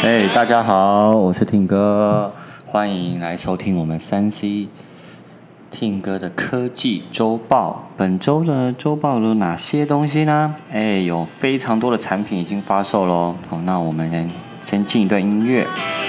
大家好，我是听哥，欢迎来收听我们3C 听哥的科技周报。本周的周报有哪些东西呢？有非常多的产品已经发售咯。好，那我们先进一段音乐。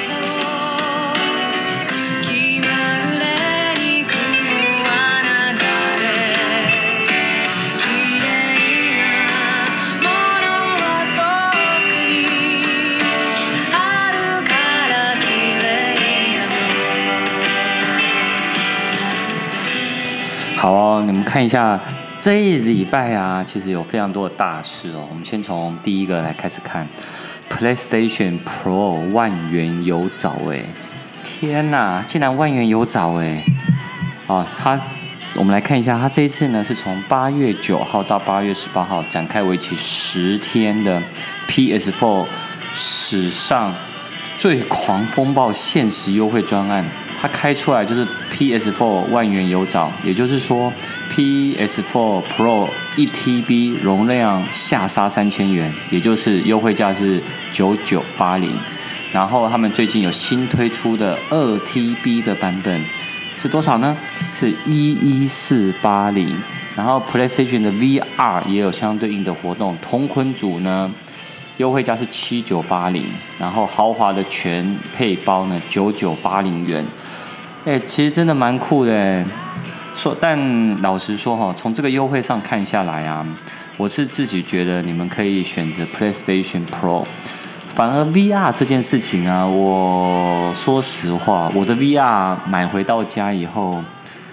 好哦，你们看一下这一礼拜啊，其实有非常多的大事哦。我们先从第一个来开始看 ，PlayStation Pro 万元有找哎，天哪，竟然万元有找哎！哦，我们来看一下，它这一次呢是从8月9号到8月18号展开为期10天的 PS4 史上最狂风暴限时优惠专案。它开出来就是 PS4 万元有找，也就是说 PS4 Pro 1TB 容量下杀3000元，也就是优惠价是9980。然后他们最近有新推出的 2TB 的版本是多少呢？是11480。然后 PlayStation 的 VR 也有相对应的活动，同捆组呢优惠价是7980，然后豪华的全配包呢9980元。其实真的蛮酷的但老实说哈，从这个优惠上看下来啊，我是自己觉得你们可以选择 PlayStation Pro。反而 VR 这件事情啊，我说实话，我的 VR 买回到家以后，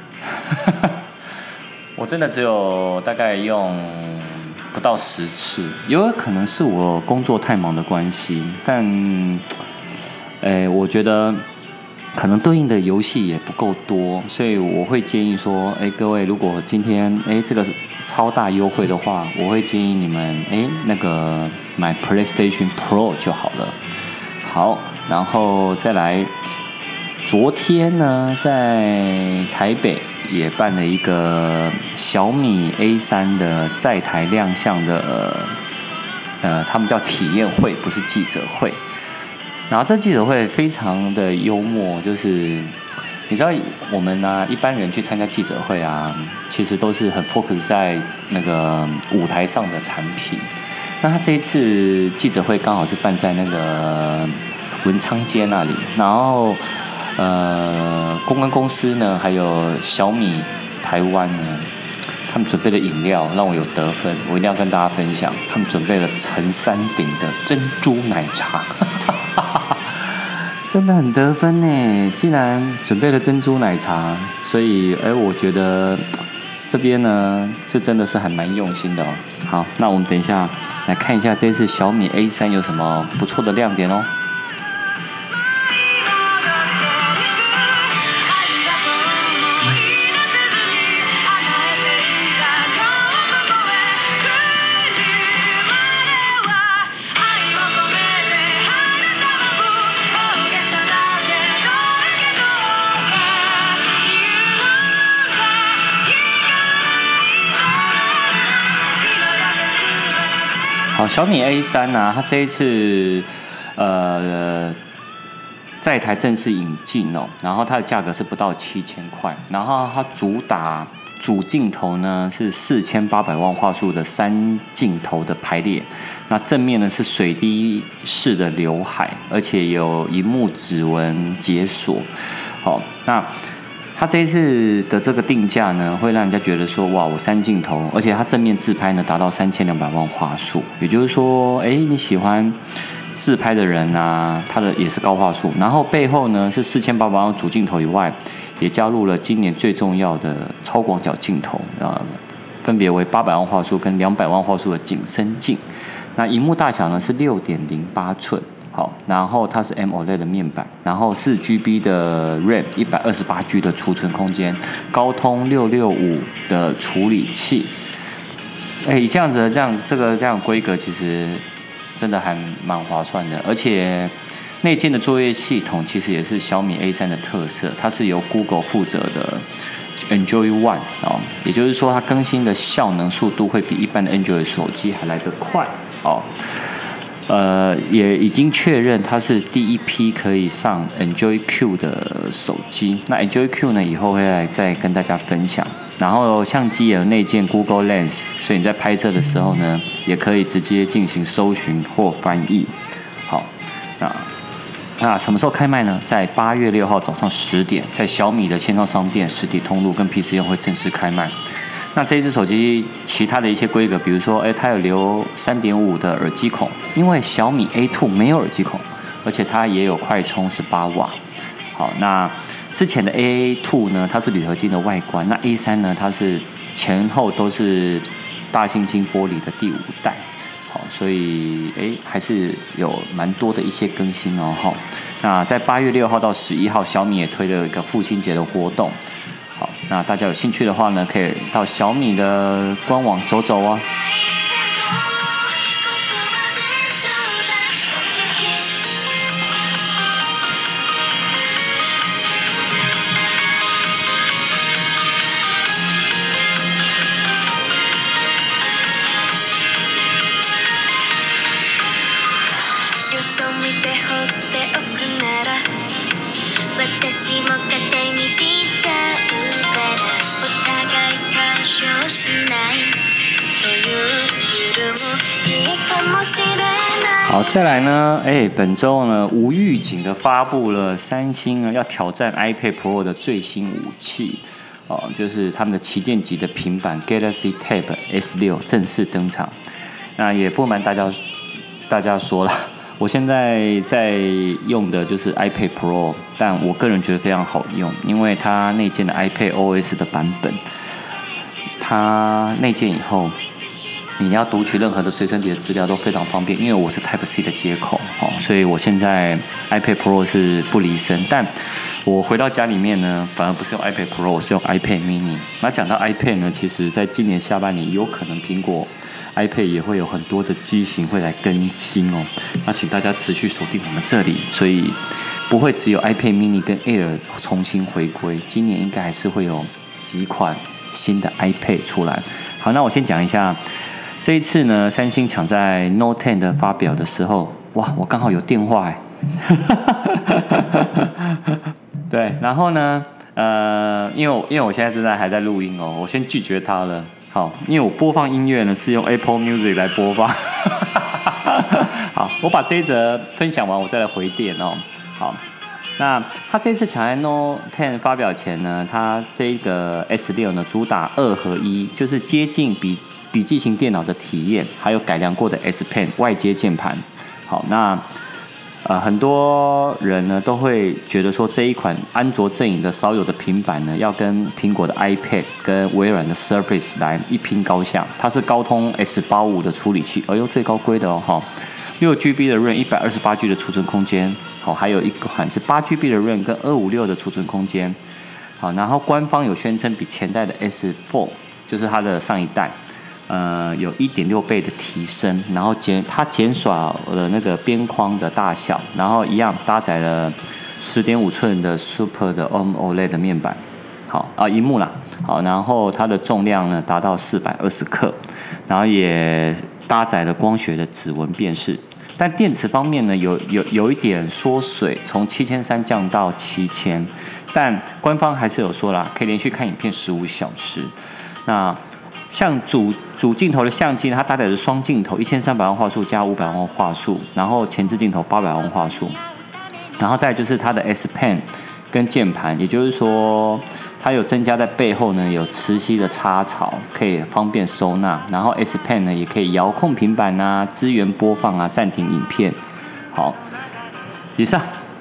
我真的只有大概用不到10次，有可能是我工作太忙的关系，但我觉得可能对应的游戏也不够多，所以我会建议说，各位如果今天这个超大优惠的话，我会建议你们那个买 PlayStation Pro 就好了。好，然后再来，昨天呢在台北也办了一个小米 A3 的在台亮相的他们叫体验会，不是记者会。然后这记者会非常的幽默，就是你知道我们一般人去参加记者会啊，其实都是很 focus 在那个舞台上的产品。那他这一次记者会刚好是办在那个文昌街那里，然后公关公司呢，还有小米台湾呢，他们准备的饮料让我有得分，我一定要跟大家分享。他们准备了陈山顶的珍珠奶茶。真的很得分呢，竟然准备了珍珠奶茶，所以我觉得这边呢是真的是还蛮用心的哦。好，那我们等一下来看一下这次小米 A3 有什么不错的亮点哦。好，小米 A3 啊，它这一次在台正式引进哦，然后它的价格是不到7000块，然后它主镜头呢是4800万画素的3镜头的排列，那正面呢是水滴式的刘海，而且有萤幕指纹解锁。好，那它这一次的这个定价呢，会让人家觉得说，哇，我3镜头，而且它正面自拍呢达到3200万画素，也就是说，你喜欢自拍的人啊，它的也是高画素。然后背后呢是4800万主镜头以外，也加入了今年最重要的超广角镜头分别为800万画素跟200万画素的景深镜。那萤幕大小呢是6.08寸。好，然后它是 AMOLED 的面板，然后4GB 的 RAM，128G 的储存空间，高通665的处理器。这样子的这样规格，其实真的还蛮划算的，而且内建的作业系统其实也是小米 A3 的特色，它是由 Google 负责的 Android One 也就是说它更新的效能速度会比一般的 Android 手机还来得快也已经确认它是第一批可以上 Enjoy Q 的手机。那 Enjoy Q 呢，以后会来再跟大家分享。然后相机也有内建 Google Lens， 所以你在拍摄的时候呢，也可以直接进行搜寻或翻译。好，那什么时候开卖呢？在8月6号早上10点，在小米的线上商店、实体通路跟 PC 用会正式开卖。那这一只手机其他的一些规格，比如说，它有留3.5的耳机孔，因为小米 A2 没有耳机孔，而且它也有快充18瓦。好，那之前的 A2 呢，它是铝合金的外观，那 A3 呢，它是前后都是大猩猩玻璃的第5代。好，所以还是有蛮多的一些更新哦。哈，那在8月6号到11号，小米也推了一个父亲节的活动。好，那大家有兴趣的话呢，可以到小米的官网走走哦。好，再来呢，本周呢无预警的发布了三星呢要挑战 iPad Pro 的最新武器，就是他们的旗舰级的平板 Galaxy Tab S6 正式登场。那也不瞒大家说了，我现在在用的就是 iPad Pro， 但我个人觉得非常好用，因为它内建的 iPad OS 的版本，它内建以后，你要读取任何的随身碟的资料都非常方便，因为我是 Type-C 的接口，所以我现在 iPad Pro 是不离身。但我回到家里面呢，反而不是用 iPad Pro， 我是用 iPad mini。那讲到 iPad 呢，其实在今年下半年有可能苹果 iPad 也会有很多的机型会来更新哦。那请大家持续锁定我们这里，所以不会只有 iPad mini 跟 Air 重新回归，今年应该还是会有几款新的 iPad 出来。好，那我先讲一下。这一次呢，三星抢在 Note 10的发表的时候，哇，我刚好有电话对，然后呢，因为我现在还在录音哦，我先拒绝他了。好，因为我播放音乐呢是用 Apple Music 来播放。好，我把这一则分享完，我再来回电哦。好，那他这次抢在 Note 10发表前呢，他这个 S6 呢主打2合1，就是接近笔记型电脑的体验，还有改良过的 S Pen 外接键盘。好，那很多人呢都会觉得说，这一款安卓阵营的少有的平板呢，要跟苹果的 iPad 跟微软的 Surface 来一拼高下。它是高通 S85 的处理器，最高规的哦，6GB 的 RAM，128G 的储存空间。好，还有一款是8GB 的 RAM 跟256的储存空间。好，然后官方有宣称比前代的 S4， 就是它的上一代。有1.6倍的提升，然后它减少了那个边框的大小，然后一样搭载了10.5寸的 Super 的 OLED 的面板，萤幕啦，好，然后它的重量呢达到420克，然后也搭载了光学的指纹辨识，但电池方面呢有一点缩水，从7300降到7000，但官方还是有说啦，可以连续看影片15小时，那。像主镜头的相机呢，它搭载的双镜头1300万画素加500万画素，然后前置镜头800万画素，然后再就是它的 S Pen 跟键盘，也就是说它有增加在背后呢有磁吸的插槽，可以方便收纳，然后 S Pen 呢也可以遥控平板啊，支援播放啊，暂停影片。好，以上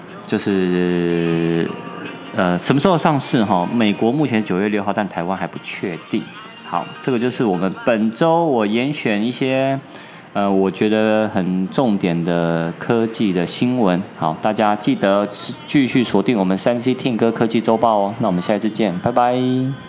就是什么时候上市哈？美国目前9月6号，但台湾还不确定。好，这个就是我们本周我严选一些我觉得很重点的科技的新闻。好，大家记得继续锁定我们3C Tim 哥科技周报哦。那我们下一次见，拜拜。